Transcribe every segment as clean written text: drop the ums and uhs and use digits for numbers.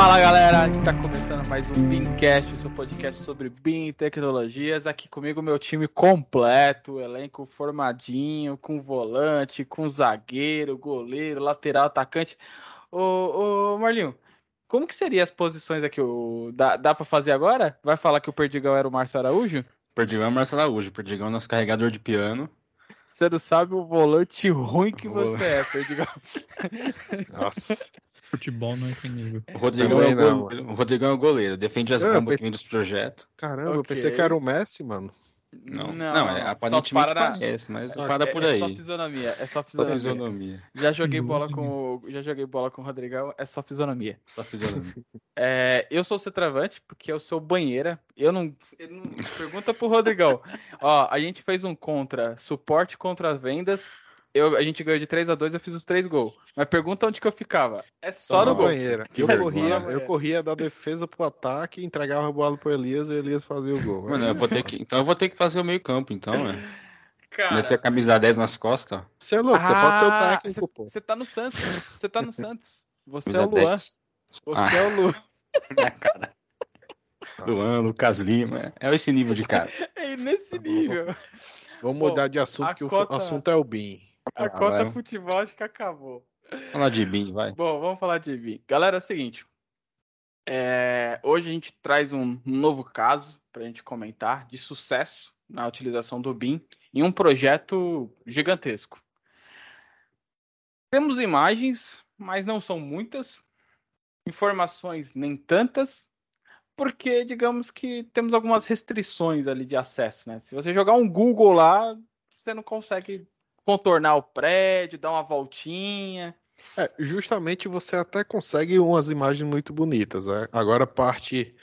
Fala galera, está começando mais um BIMcast, o seu podcast sobre BIM e tecnologias. Aqui comigo meu time completo, elenco formadinho, com volante, com zagueiro, goleiro, lateral, atacante. Ô Marlinho, como que seriam as posições aqui? Dá pra fazer agora? Vai falar que o Perdigão era o Márcio Araújo? Perdigão é o Márcio Araújo, Perdigão é nosso carregador de piano. Você não sabe o volante ruim que você é, Perdigão. Nossa. Futebol não é comigo. O Rodrigão, o Rodrigão é o goleiro, defende as bombas que vem dos projetos. Caramba, Ok. eu pensei que era o Messi, mano. Não, aparentemente parece, mas para por aí. É só fisionomia, Só fisionomia. Já joguei bola com o Rodrigão, é só fisionomia. Só fisionomia. Eu sou o centroavante, porque eu sou banheira. Eu não pergunta pro Rodrigão. Ó, a gente fez um suporte contra vendas. A gente ganhou de 3-2, eu fiz os 3 gols. Mas pergunta onde que eu ficava. É só no gol. Banheira. Eu corria da defesa pro ataque, entregava a bola pro Elias e o Elias fazia o gol. Mano, eu vou ter que fazer o meio campo, então, né? Cara, meter a camisa 10 nas costas. Você é louco, você pode ser o técnico, pô. Você tá no Santos. Você tá no Santos. Você Camisa é o Luan. 10. Você é o Luan. Cara. Luan, Lucas Lima. É esse nível de cara. É nesse nível. Vamos mudar de assunto, que o assunto é o BIM. A cota futebol acho que acabou. Vamos falar de BIM, vai. Bom, vamos falar de BIM. Galera, é o seguinte. Hoje a gente traz um novo caso pra gente comentar de sucesso na utilização do BIM em um projeto gigantesco. Temos imagens, mas não são muitas. Informações nem tantas. Porque, digamos que temos algumas restrições ali de acesso, né? Se você jogar um Google lá, você não consegue contornar o prédio, dar uma voltinha. Justamente você até consegue umas imagens muito bonitas, né? Agora a parte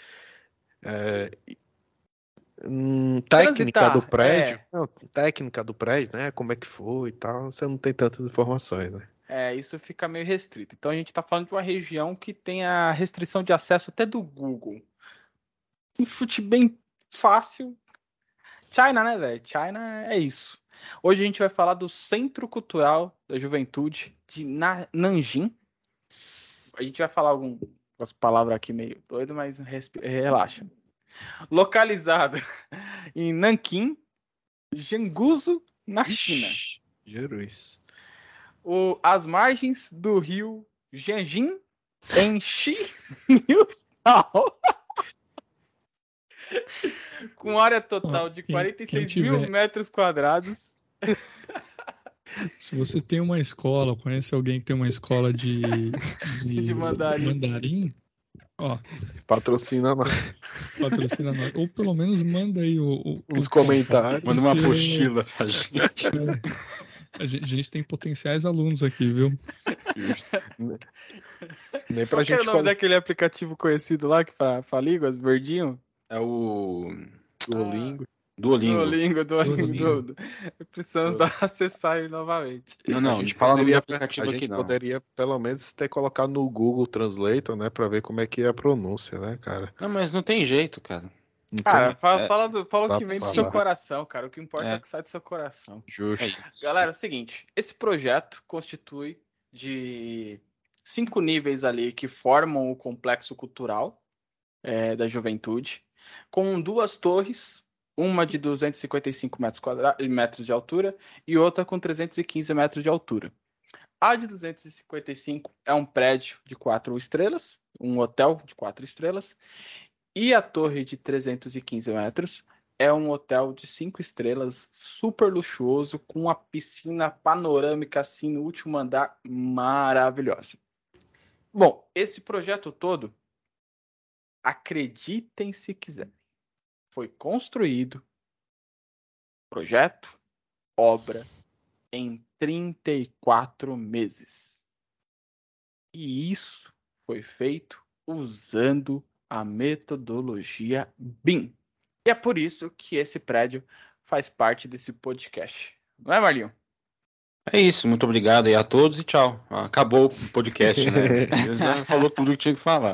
técnica do prédio, técnica do prédio, né? Como é que foi e tal, você não tem tantas informações, né? Isso fica meio restrito. Então a gente está falando de uma região que tem a restrição de acesso até do Google. Um chute bem fácil. China, né, velho? China é isso. Hoje a gente vai falar do Centro Cultural da Juventude de Nanjing. A gente vai falar algumas palavras aqui meio doido, mas relaxa. Localizado em Nanquim, Jiangsu, na China. Jesus. As margens do rio Jiangxin, em Xinjiang, com área total de 46 mil metros quadrados. Se você tem uma escola, conhece alguém que tem uma escola de mandarim, ó, patrocina nós. Ou pelo menos manda aí os comentários. Manda uma apostila pra gente. A gente tem potenciais alunos aqui, viu? Nem pra Qual que é o nome daquele aplicativo conhecido lá que fala línguas, verdinho? É o Duolingo. Duolingo. Precisamos acessar ele novamente. Não, a gente fala no aplicativo aqui não. A gente poderia pelo menos ter colocado no Google Translator, né, pra ver como é que é a pronúncia, né, cara? Não, mas não tem jeito, cara. Cara, fala o que vem do seu coração, cara. O que importa é que sai do seu coração. Justo. Galera, é o seguinte, esse projeto constitui de 5 níveis ali que formam o complexo cultural da juventude, com 2 torres, uma de 255 metros de altura e outra com 315 metros de altura. A de 255 é um prédio de 4 estrelas, um hotel de 4 estrelas, e a torre de 315 metros é um hotel de 5 estrelas, super luxuoso, com uma piscina panorâmica assim no último andar, maravilhosa. Bom, esse projeto todo, acreditem se quiserem, foi construído, projeto, obra, em 34 meses. E isso foi feito usando a metodologia BIM. E é por isso que esse prédio faz parte desse podcast. Não é, Marlinho? É isso, muito obrigado aí a todos e tchau. Acabou o podcast, né? Ele já falou tudo que tinha que falar.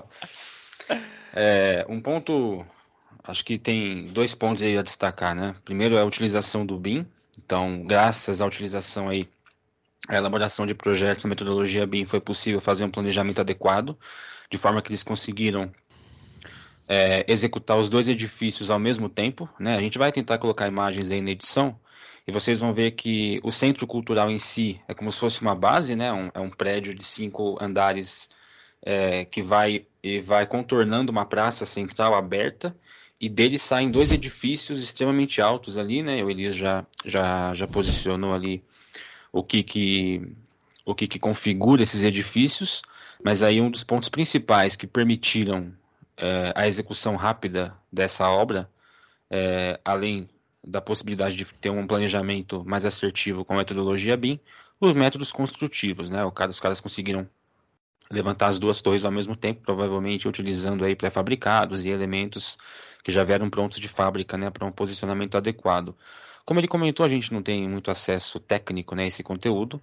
Um ponto, acho que tem 2 pontos aí a destacar, né? Primeiro é a utilização do BIM. Então, graças à utilização aí a elaboração de projetos na metodologia BIM foi possível fazer um planejamento adequado, de forma que eles conseguiram executar os 2 edifícios ao mesmo tempo, né? A gente vai tentar colocar imagens aí na edição, e vocês vão ver que o centro cultural em si é como se fosse uma base, né? É um prédio de 5 andares que vai contornando uma praça central aberta, e dele saem 2 edifícios extremamente altos ali, né? O Elias já posicionou ali o que configura esses edifícios, mas aí um dos pontos principais que permitiram a execução rápida dessa obra, além da possibilidade de ter um planejamento mais assertivo com a metodologia BIM, os métodos construtivos, né? Os caras conseguiram levantar as 2 torres ao mesmo tempo, provavelmente utilizando aí pré-fabricados e elementos que já vieram prontos de fábrica, né, para um posicionamento adequado. Como ele comentou, a gente não tem muito acesso técnico, né, a esse conteúdo.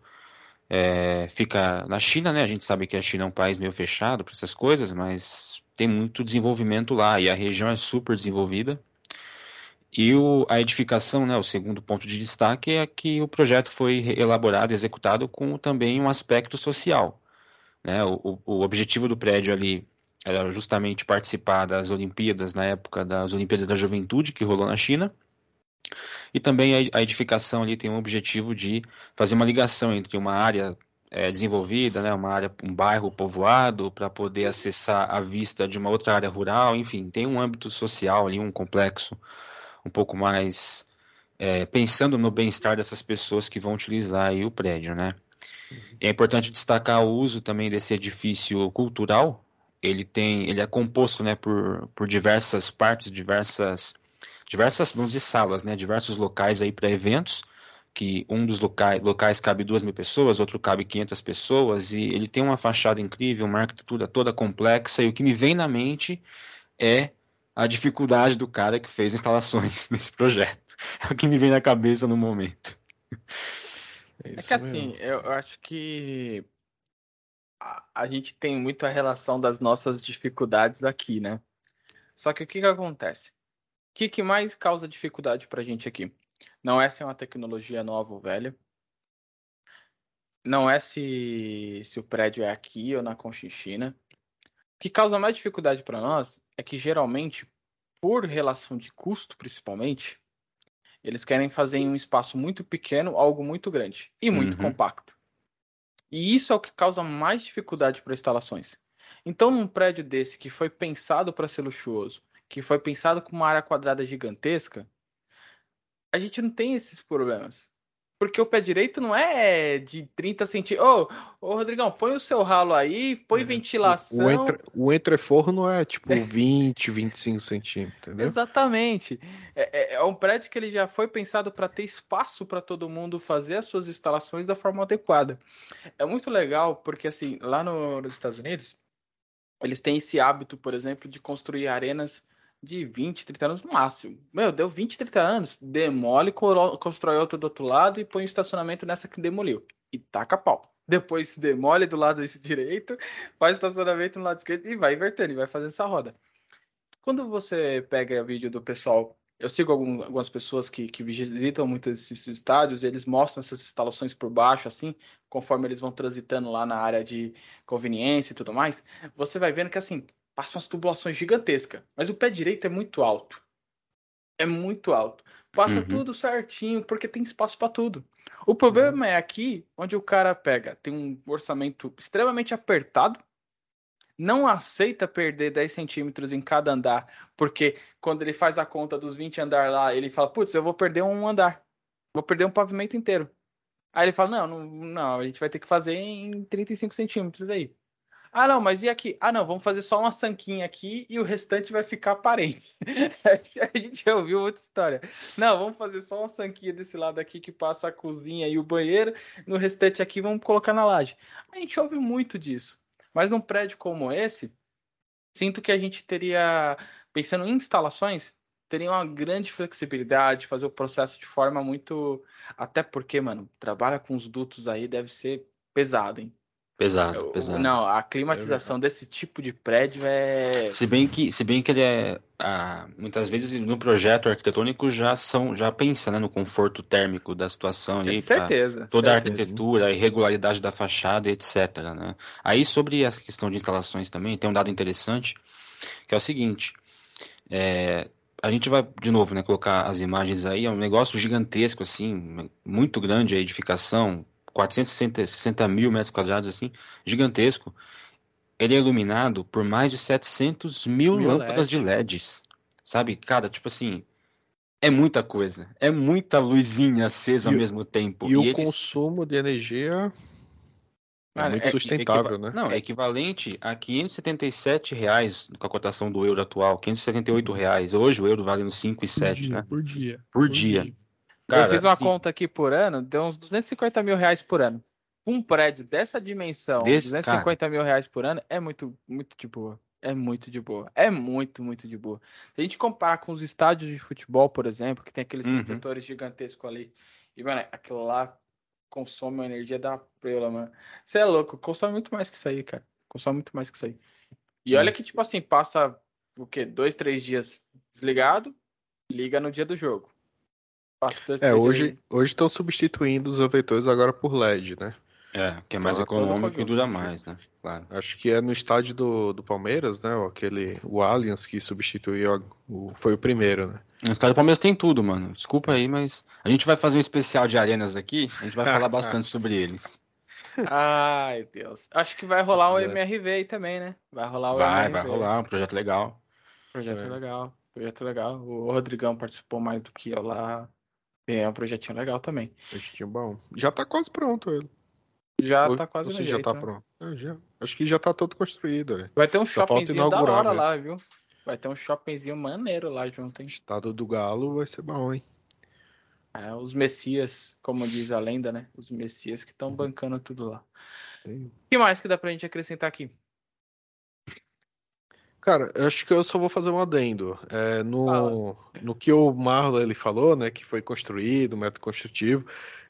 Fica na China, né? A gente sabe que a China é um país meio fechado para essas coisas, mas tem muito desenvolvimento lá, e a região é super desenvolvida. E a edificação, né, o segundo ponto de destaque é que o projeto foi elaborado e executado com também um aspecto social, né? O objetivo do prédio ali era justamente participar das Olimpíadas, na época das Olimpíadas da Juventude, que rolou na China, e também a edificação ali tem um objetivo de fazer uma ligação entre uma área desenvolvida, né, um bairro povoado, para poder acessar a vista de uma outra área rural, enfim, tem um âmbito social ali, um complexo um pouco mais pensando no bem-estar dessas pessoas que vão utilizar aí o prédio, né? É importante destacar o uso também desse edifício cultural. Ele é composto, né, por diversas partes, diversas, vamos dizer, salas, né, diversos locais aí para eventos, que um dos locais cabe 2.000 pessoas, outro cabe 500 pessoas, e ele tem uma fachada incrível, uma arquitetura toda complexa, e o que me vem na mente é a dificuldade do cara que fez instalações nesse projeto. É o que me vem na cabeça no momento. É que assim, eu acho que a gente tem muito a relação das nossas dificuldades aqui, né? Só que o que acontece? O que mais causa dificuldade pra gente aqui? Não é se é uma tecnologia nova ou velha. Não é se o prédio é aqui ou na Conchinchina. O que causa mais dificuldade para nós é que geralmente, por relação de custo principalmente, eles querem fazer em um espaço muito pequeno algo muito grande e muito compacto. E isso é o que causa mais dificuldade para instalações. Então, num prédio desse que foi pensado para ser luxuoso, que foi pensado com uma área quadrada gigantesca, a gente não tem esses problemas. Porque o pé direito não é de 30 centímetros. Ô, Rodrigão, põe o seu ralo aí, põe ventilação. O entreforno é tipo 20, 25 centímetros, entendeu? Exatamente. É um prédio que ele já foi pensado para ter espaço para todo mundo fazer as suas instalações da forma adequada. É muito legal porque, assim, lá nos Estados Unidos, eles têm esse hábito, por exemplo, de construir arenas de 20, 30 anos no máximo. Meu, deu 20, 30 anos, demole, constrói outra do outro lado e põe um estacionamento nessa que demoliu. E taca pau. Depois demole do lado direito, faz estacionamento no lado esquerdo e vai invertendo, e vai fazendo essa roda. Quando você pega vídeo do pessoal, eu sigo algumas pessoas que visitam muito esses estádios, e eles mostram essas instalações por baixo, assim, conforme eles vão transitando lá na área de conveniência e tudo mais, você vai vendo que, assim, passam as tubulações gigantescas, mas o pé direito é muito alto. É muito alto. Passa tudo certinho, porque tem espaço para tudo. O problema é aqui, onde o cara pega, tem um orçamento extremamente apertado, não aceita perder 10 centímetros em cada andar, porque quando ele faz a conta dos 20 andares lá, ele fala, putz, eu vou perder um andar, vou perder um pavimento inteiro. Aí ele fala, não, a gente vai ter que fazer em 35 centímetros aí. Ah, não, mas e aqui? Ah, não, vamos fazer só uma sanquinha aqui e o restante vai ficar aparente. A gente já ouviu outra história. Não, vamos fazer só uma sanquinha desse lado aqui que passa a cozinha e o banheiro, no restante aqui vamos colocar na laje. A gente ouve muito disso. Mas num prédio como esse, sinto que a gente teria, pensando em instalações, teria uma grande flexibilidade, fazer o processo de forma muito. Até porque, mano, trabalha com os dutos aí deve ser pesado, hein? Pesado. Não, a climatização desse tipo de prédio é... Se bem que ele é... muitas vezes no projeto arquitetônico já pensa, né, no conforto térmico da situação ali, certeza. Toda a arquitetura, a irregularidade da fachada, etc, né? Aí sobre essa questão de instalações também, tem um dado interessante, que é o seguinte, a gente vai, de novo, né, colocar as imagens aí, é um negócio gigantesco, assim, muito grande a edificação, 460 mil metros quadrados, assim, gigantesco. Ele é iluminado por mais de 700 mil lâmpadas de LEDs, sabe? Cara, tipo assim, é muita coisa, é muita luzinha acesa ao mesmo tempo. E o consumo de energia é muito sustentável, né? Não, é equivalente a R$577 com a cotação do euro atual, R$578. Hoje o euro vale uns 5,7, né? Por dia. Cara, eu fiz uma conta aqui por ano, deu uns R$250 mil por ano. Um prédio dessa dimensão, R$250 mil por ano, é muito, muito de boa. É muito de boa. É muito, muito de boa. Se a gente comparar com os estádios de futebol, por exemplo, que tem aqueles refletores gigantescos ali, e, mano, aquilo lá consome uma energia da prela, mano. Você é louco, consome muito mais que isso aí, cara. Consome muito mais que isso aí. E olha que, tipo assim, passa, o quê? 2, 3 dias desligado, liga no dia do jogo. Hoje estão substituindo os refletores agora por LED, né? Que é mais econômico e dura mais, né? Claro. Acho que é no estádio do Palmeiras, né? O Allianz que substituiu, foi o primeiro, né? No estádio do Palmeiras tem tudo, mano. Desculpa aí, mas a gente vai fazer um especial de arenas aqui, a gente vai falar bastante sobre eles. Ai, Deus. Acho que vai rolar um MRV aí também, né? Vai rolar Vai rolar, um projeto legal. Projeto legal. O Rodrigão participou mais do que eu lá. É um projetinho legal também. Projetinho bom. Já tá quase pronto ele. Tá quase no jeito, já tá né? pronto. Acho que já tá todo construído. Vai ter um shoppingzinho da hora lá, viu? Vai ter um shoppingzinho maneiro lá junto, hein? Estado do Galo vai ser bom, hein? Os Messias, como diz a lenda, né? Os Messias que estão bancando tudo lá. O que mais que dá pra gente acrescentar aqui? Cara, eu acho que eu só vou fazer um adendo. No que o Marlon ele falou, né, que foi construído, o método construtivo,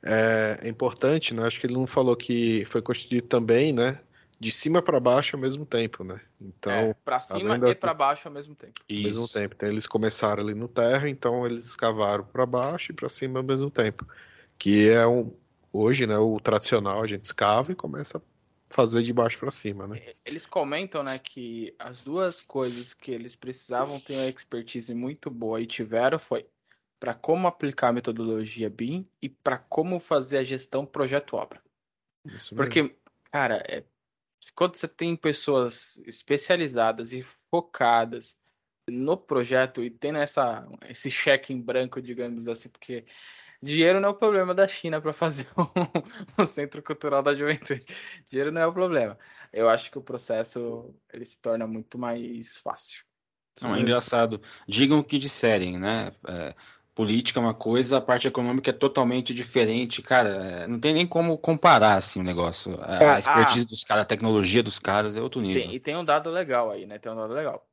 é importante, né? Acho que ele não falou que foi construído também, né, de cima para baixo ao mesmo tempo, né? Então, para cima e para baixo ao mesmo tempo. Ao mesmo tempo. Então, eles começaram ali no terra, então eles escavaram para baixo e para cima ao mesmo tempo. Que é hoje, né, o tradicional, a gente escava e começa a fazer de baixo para cima, né? Eles comentam, né, que as duas coisas que eles precisavam ter uma expertise muito boa e tiveram foi para como aplicar a metodologia BIM e para como fazer a gestão projeto-obra. Porque, cara, quando você tem pessoas especializadas e focadas no projeto e tendo esse cheque em branco, digamos assim, porque dinheiro não é o problema da China para fazer o Centro Cultural da Juventude. Dinheiro não é o problema. Eu acho que o processo ele se torna muito mais fácil. Não, é engraçado. Digam o que disserem, né? Política é uma coisa, a parte econômica é totalmente diferente. Cara, não tem nem como comparar assim, o negócio. A expertise dos caras, a tecnologia dos caras é outro nível. E tem um dado legal aí, né? Tem um dado legal.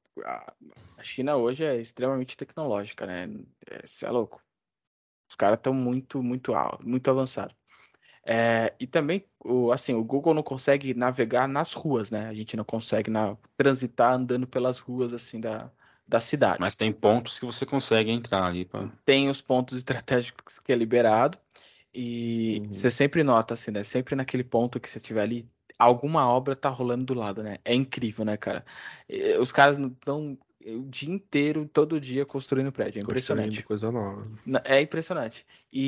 A China hoje é extremamente tecnológica, né? Você é louco. Os caras estão muito, muito avançados. E também, o Google não consegue navegar nas ruas, né? A gente não consegue transitar andando pelas ruas, assim, da cidade. Mas tem pontos que você consegue entrar ali. Tem os pontos estratégicos que é liberado. E você sempre nota, assim, né? Sempre naquele ponto que você estiver ali, alguma obra tá rolando do lado, né? É incrível, né, cara? Os caras não estão o dia inteiro, todo dia, construindo prédio. É impressionante. Coisa nova. É impressionante.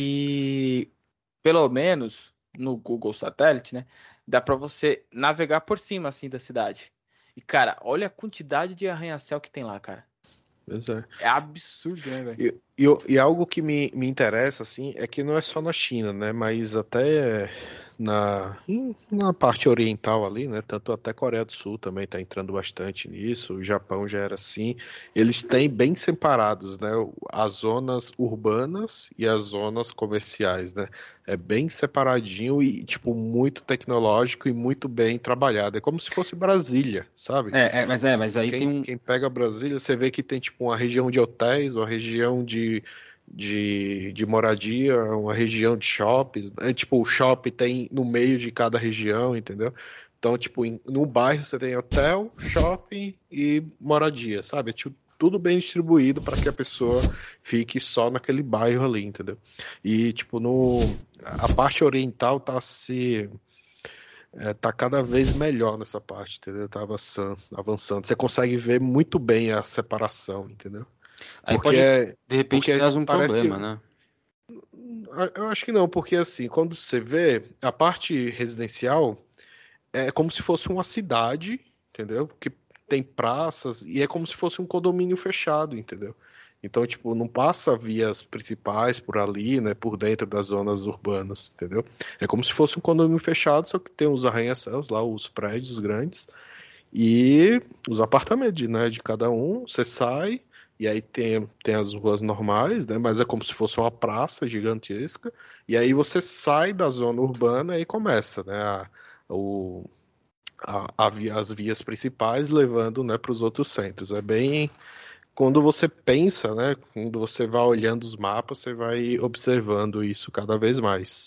E pelo menos no Google Satélite, né? Dá para você navegar por cima, assim, da cidade. E, cara, olha a quantidade de arranha-céu que tem lá, cara. Pois é. É absurdo, né, velho? E algo que me interessa, assim, é que não é só na China, né? Mas até na parte oriental ali, né? Tanto até Coreia do Sul também está entrando bastante nisso. O Japão já era assim. Eles têm bem separados, né? As zonas urbanas e as zonas comerciais, né? É bem separadinho e, tipo, muito tecnológico e muito bem trabalhado. É como se fosse Brasília, sabe? Mas aí Quem pega Brasília, você vê que tem, tipo, uma região de hotéis, uma região de moradia, uma região de shoppings. Tipo, o shopping tem no meio de cada região, entendeu? Então, tipo, no bairro você tem hotel, shopping e moradia, sabe? É, tipo, tudo bem distribuído para que a pessoa fique só naquele bairro ali, entendeu? E, tipo, a parte oriental tá cada vez melhor nessa parte, entendeu? Tá avançando. Você consegue ver muito bem a separação, entendeu? Aí Porque, pode, de repente, porque traz um parece. problema, né? Eu acho que não, porque assim, quando você vê a parte residencial, é como se fosse uma cidade, entendeu? Que tem praças e é como se fosse um condomínio fechado, entendeu? Então, tipo, não passa vias principais por ali, né? Por dentro das zonas urbanas, entendeu? É como se fosse um condomínio fechado, só que tem os arranha-céus lá, os prédios grandes e os apartamentos, né? De cada um, você sai. E aí tem as ruas normais, né? Mas é como se fosse uma praça gigantesca. E aí você sai da zona urbana e começa, né? O, as vias principais levando, né, para os outros centros. É bem. Quando você pensa, né? Quando você vai olhando os mapas, você vai observando isso cada vez mais.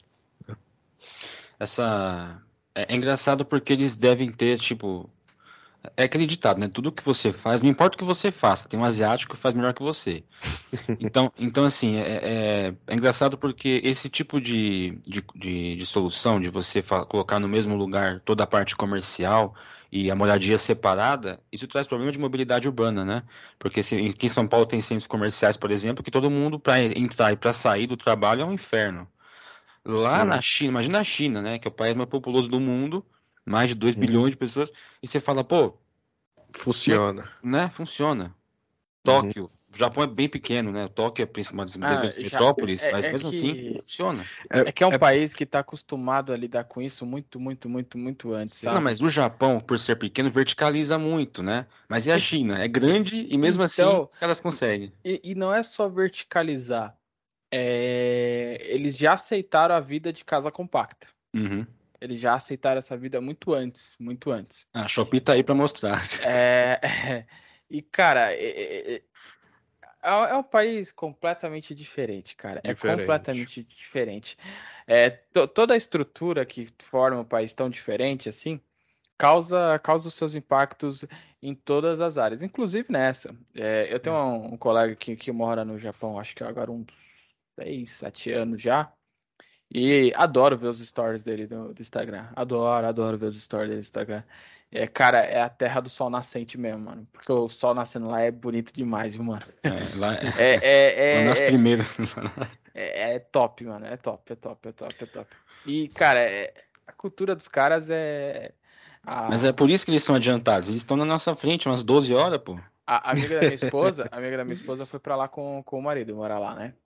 Essa... É engraçado porque eles devem ter, tipo... É aquele ditado, né? Tudo que você faz, não importa o que você faça, tem um asiático que faz melhor que você. Então assim, é engraçado porque esse tipo de solução, de você colocar no mesmo lugar toda a parte comercial e a moradia separada, isso traz problema de mobilidade urbana, né? Porque aqui em São Paulo tem centros comerciais, por exemplo, que todo mundo para entrar e para sair do trabalho é um inferno. Lá na Sim. China, imagina a China, né? Que é o país mais populoso do mundo, mais de 2 Uhum. bilhões de pessoas, e você fala, pô, como é que, Funciona. né? Funciona. Uhum. Tóquio. O Japão é bem pequeno, né? Tóquio é uma das grandes Já metrópoles, mas mesmo assim que funciona. é um É, país que está acostumado a lidar com isso muito, muito, muito, muito antes, sim. Não, sabe? mas o Japão, por ser pequeno, verticaliza muito, né? Mas e a E- China? É grande e mesmo assim Então, os caras conseguem. e não é só verticalizar. Eles já aceitaram a vida de casa compacta. Uhum. Eles já aceitaram essa vida muito antes, muito antes. A Shopee tá aí pra mostrar. É, e, cara, é um país completamente diferente, cara. É Diferente. completamente diferente. Toda a estrutura que forma um país tão diferente assim causa os seus impactos em todas as áreas, inclusive nessa. Eu tenho um colega que mora no Japão, acho que agora uns 6, 7 anos já. E adoro ver os stories dele do Instagram. Adoro, adoro ver os stories dele do Instagram. Cara, é a terra do sol nascente mesmo, mano. Porque o sol nascendo lá é bonito demais, viu, mano? Lá nas É, é, é, primeiras. é top, mano. É top, é top, é top, é top. E, cara, a cultura dos caras é. Mas é A, por isso que eles são adiantados. Eles estão na nossa frente umas 12 horas, pô. a amiga da minha esposa foi pra lá com o marido, morar lá, né?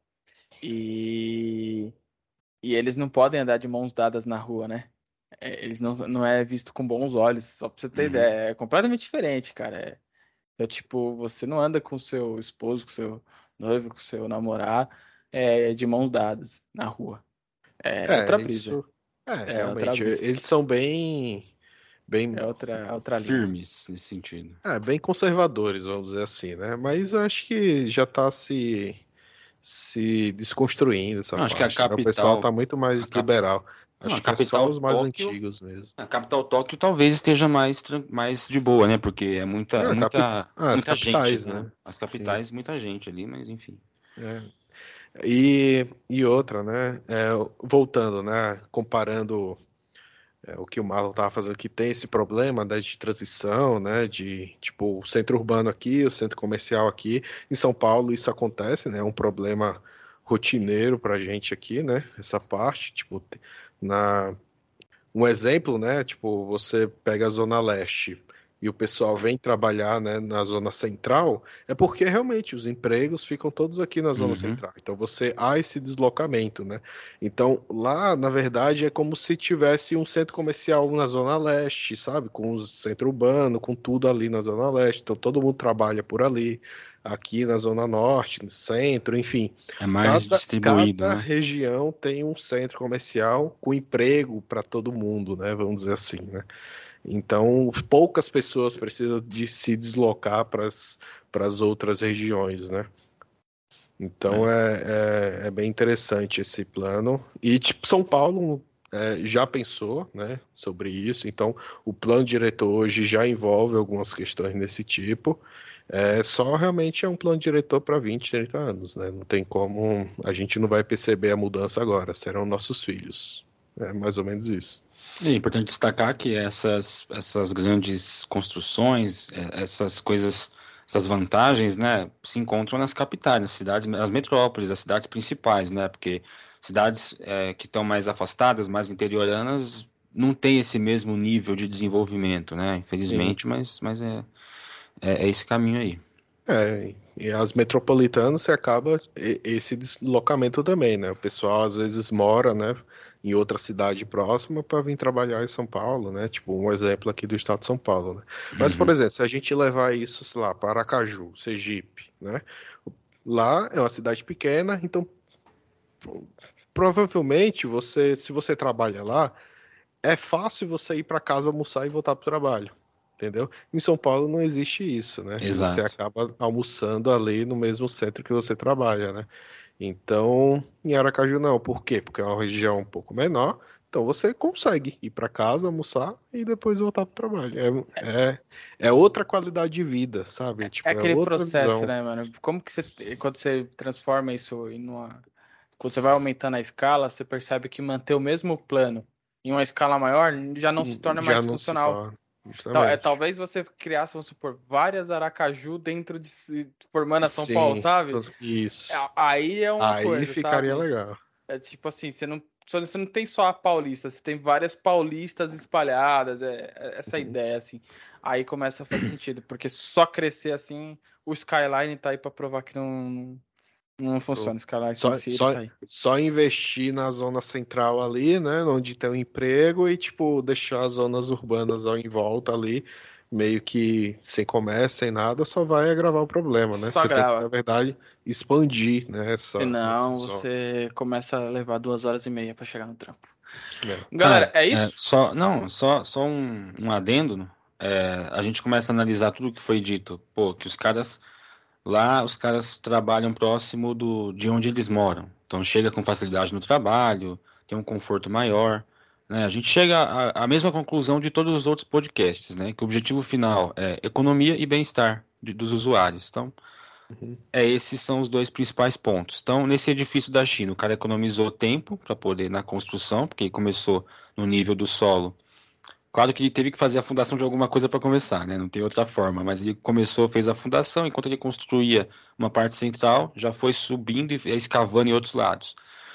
E, e eles não podem andar de mãos dadas na rua, né? Eles não é visto com bons olhos, só pra você ter Uhum. ideia. É completamente diferente, cara. Tipo, você não anda com o seu esposo, com o seu noivo, com o seu namorado, de mãos dadas na rua. É outra brisa. Isso. É, É outra realmente. brisa. Eles são bem, É outra linha. Firmes nesse sentido. bem conservadores, vamos dizer assim, né? Mas eu acho que já está se desconstruindo essa Não, acho que a parte, né? O pessoal capital. está muito A mais cap... liberal. Não, a Acho que é só capital os mais Tóquio. antigos mesmo. A capital Tóquio talvez esteja mais de boa, né? Porque é muita, Ah, as muita gente, capitais, né? né? As Sim. capitais, muita gente ali, mas enfim. É. E outra, né? Voltando, né? Comparando o que o Marlon estava fazendo, que tem esse problema, né, de transição, né? De tipo o centro urbano aqui, o centro comercial aqui. Em São Paulo isso acontece, né? É um problema rotineiro para a gente aqui, né? Essa parte, tipo, na um exemplo, né? Tipo, você pega a Zona Leste e o pessoal vem trabalhar, né, na Zona Central, é porque realmente os empregos ficam todos aqui na Zona Uhum. Central. Então você há esse deslocamento, né? Então lá, na verdade, é como se tivesse um centro comercial na Zona Leste, sabe? Com o centro urbano, com tudo ali na Zona Leste. Então todo mundo trabalha por ali. Aqui na Zona Norte, no centro, enfim. É mais distribuído, Cada né? região tem um centro comercial com emprego para todo mundo, né? Vamos dizer assim, né? Então, poucas pessoas precisam de se deslocar para as outras regiões, né? Então É. é bem interessante esse plano. E tipo, São Paulo já pensou, né, sobre isso. Então, o plano diretor hoje já envolve algumas questões desse tipo. Só realmente é um plano diretor para 20, 30 anos, né? Não tem como, a gente não vai perceber a mudança agora, serão nossos filhos. É mais ou menos isso. É importante destacar que essas grandes construções, essas coisas, essas vantagens, né, se encontram nas capitais, nas cidades, nas metrópoles, as cidades principais, né, porque cidades que estão mais afastadas, mais interioranas, não tem esse mesmo nível de desenvolvimento, né, Sim. infelizmente, mas é esse caminho aí. E as metropolitanas você acaba esse deslocamento também, né? O pessoal às vezes mora, né, em outra cidade próxima para vir trabalhar em São Paulo, né? Tipo, um exemplo aqui do estado de São Paulo, né? Mas, por Uhum. exemplo, se a gente levar isso, sei lá, para Aracaju, Sergipe, né? Lá é uma cidade pequena, então provavelmente se você trabalha lá, é fácil você ir para casa almoçar e voltar para o trabalho. Entendeu? Em São Paulo não existe isso, né? E você Exato. acaba almoçando ali no mesmo centro que você trabalha, né? Então, em Aracaju não. Por quê? Porque é uma região um pouco menor. Então você consegue ir para casa, almoçar e depois voltar para o trabalho. É outra qualidade de vida, sabe? É Tipo, é aquele outra processo, visão. né, mano? Como que quando você transforma isso em uma. Quando você vai aumentando a escala, você percebe que manter o mesmo plano em uma escala maior já não se torna Já mais não se funcional. torna, justamente. Talvez você criasse, vamos supor, várias Aracaju dentro formando a São Paulo, Sim, sabe? isso. Aí é uma Aí coisa, ficaria sabe? legal. É tipo assim, você não tem só a Paulista, você tem várias paulistas espalhadas, essa Uhum. ideia, assim. Aí começa a fazer sentido, porque só crescer assim, o Skyline tá aí pra provar que não funciona. Skyline Sin Só, City só, tá aí. só investir na zona central ali, né? Onde tem um emprego e, tipo, deixar as zonas urbanas ao em volta ali, meio que sem comércio, sem nada, só vai agravar o problema, né? Só Você tem que, na grava. verdade, expandir, né, essas Senão zonas. você começa a levar 2 horas e meia pra chegar no trampo. Né? Galera, Cara, é isso? só um adendo, né? A gente começa a analisar tudo que foi dito. Pô, que os caras trabalham próximo de onde eles moram. Então chega com facilidade no trabalho, tem um conforto maior, né? A gente chega à mesma conclusão de todos os outros podcasts, né? Que o objetivo final é economia e bem-estar dos usuários. Então, Uhum. esses são os dois principais pontos. Então, nesse edifício da China, o cara economizou tempo para poder na construção, porque ele começou no nível do solo. Claro que ele teve que fazer a fundação de alguma coisa para começar, né? Não tem outra forma, mas ele começou, fez a fundação, enquanto ele construía uma parte central, já foi subindo e escavando em outros lados.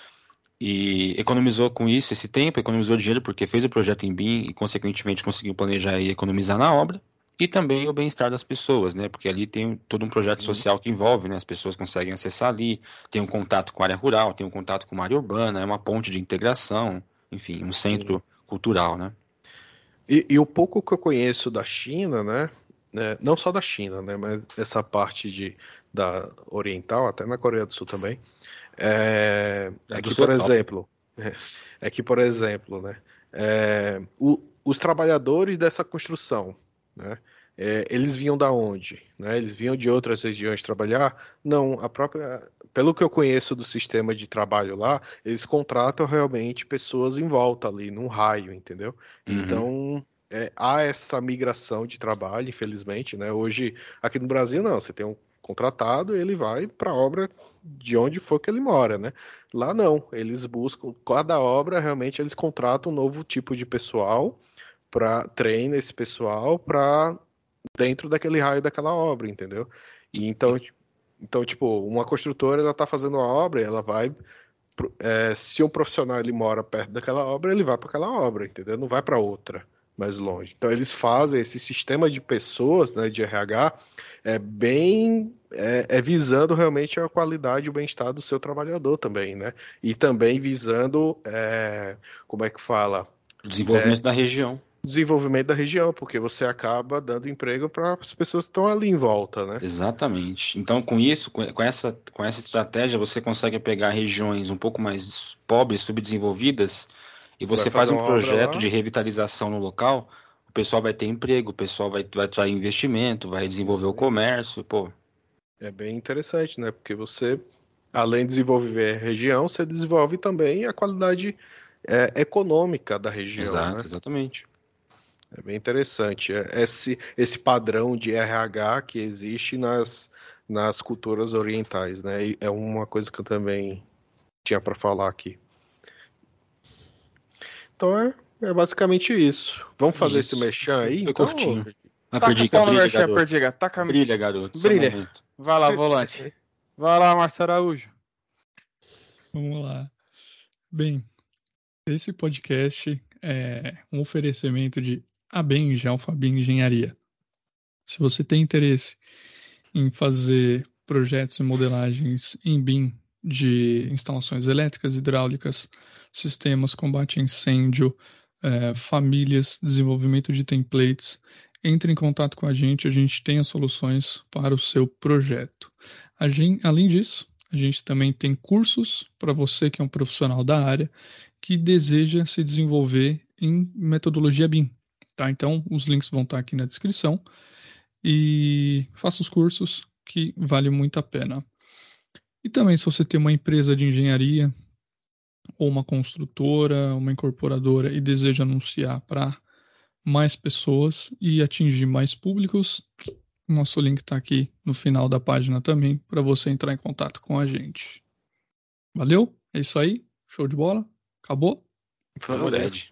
E economizou com isso esse tempo, economizou dinheiro porque fez o projeto em BIM e, consequentemente, conseguiu planejar e economizar na obra. E também o bem-estar das pessoas, né? Porque ali tem todo um projeto Uhum. social que envolve, né? As pessoas conseguem acessar ali, tem um contato com a área rural, tem um contato com a área urbana, é uma ponte de integração, enfim, um Sim. centro cultural, né? E o pouco que eu conheço da China, não só da China, né? Mas essa parte da oriental, até na Coreia do Sul também. A É do que, Sul é por top. exemplo, né, os trabalhadores dessa construção, né, eles vinham da onde? Né? Eles vinham de outras regiões trabalhar? Não, pelo que eu conheço do sistema de trabalho lá, eles contratam realmente pessoas em volta ali, num raio, entendeu? Uhum. Então, há essa migração de trabalho, infelizmente, né? Hoje, aqui no Brasil, não, você tem um contratado, ele vai para a obra de onde for que ele mora, né? Lá não, eles buscam, cada obra realmente eles contratam um novo tipo de pessoal para treinar esse pessoal para dentro daquele raio daquela obra, entendeu? E então, tipo, uma construtora ela tá fazendo uma obra, ela vai se um profissional ele mora perto daquela obra, ele vai para aquela obra, entendeu? Não vai para outra mais longe. Então eles fazem esse sistema de pessoas, né, de RH, visando realmente a qualidade e o bem-estar do seu trabalhador também, né? E também visando, como é que fala? O desenvolvimento da região. Desenvolvimento da região, porque você acaba dando emprego para as pessoas que estão ali em volta, né? Exatamente. Então, com isso, com essa estratégia, você consegue pegar regiões um pouco mais pobres, subdesenvolvidas, e Vai você faz fazer um uma obra projeto lá, de revitalização no local, o pessoal vai ter emprego, o pessoal vai atrair investimento, vai desenvolver isso o aí. comércio, pô. É bem interessante, né? Porque você, além de desenvolver a região, você desenvolve também a qualidade, econômica da região, Exato, né? exatamente. É bem interessante. Esse padrão de RH que existe nas culturas orientais, né? E é uma coisa que eu também tinha para falar aqui. Então é basicamente isso. Vamos fazer esse Isso. merchan aí? Foi Então, curtinho. A Taca o Perdica, pau no brilha, merchan, garoto. Perdiga. Taca... Brilha, garoto. Seu Brilha. momento. Vai lá, volante. Vai lá, Márcio Araújo. Vamos lá. Bem, esse podcast é um oferecimento de Abeng Alfabem Engenharia. Se você tem interesse em fazer projetos e modelagens em BIM de instalações elétricas, hidráulicas, sistemas, combate a incêndio, famílias, desenvolvimento de templates, entre em contato com a gente tem as soluções para o seu projeto. Além disso, a gente também tem cursos para você que é um profissional da área que deseja se desenvolver em metodologia BIM. Tá? Então, os links vão estar aqui na descrição e faça os cursos que vale muito a pena. E também, se você tem uma empresa de engenharia ou uma construtora, uma incorporadora e deseja anunciar para mais pessoas e atingir mais públicos, nosso link está aqui no final da página também para você entrar em contato com a gente. Valeu? É isso aí? Show de bola? Acabou? Foi o Ed.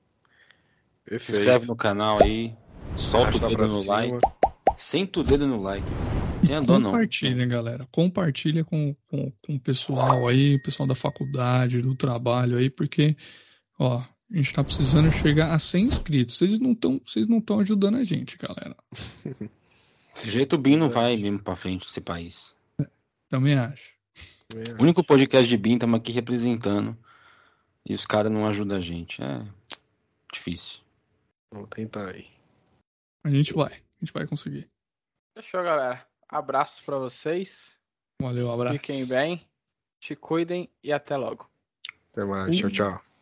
Se perfeito. inscreve no canal aí. Solta Arrasta o dedo pra no cima. like. Senta o dedo no like. Tenha dó não. Compartilha, galera. Compartilha com o pessoal aí, o pessoal da faculdade, do trabalho aí, porque, ó, a gente tá precisando chegar a 100 inscritos. Vocês não estão ajudando a gente, galera. Desse jeito o BIM não vai mesmo pra frente desse país. Também acho. O único podcast de BIM estamos aqui representando. E os caras não ajudam a gente. É difícil. Vamos tentar aí. A gente vai conseguir. Fechou, galera. Abraço pra vocês. Valeu, abraço. Fiquem bem, se cuidem e até logo. Até mais. Tchau, tchau.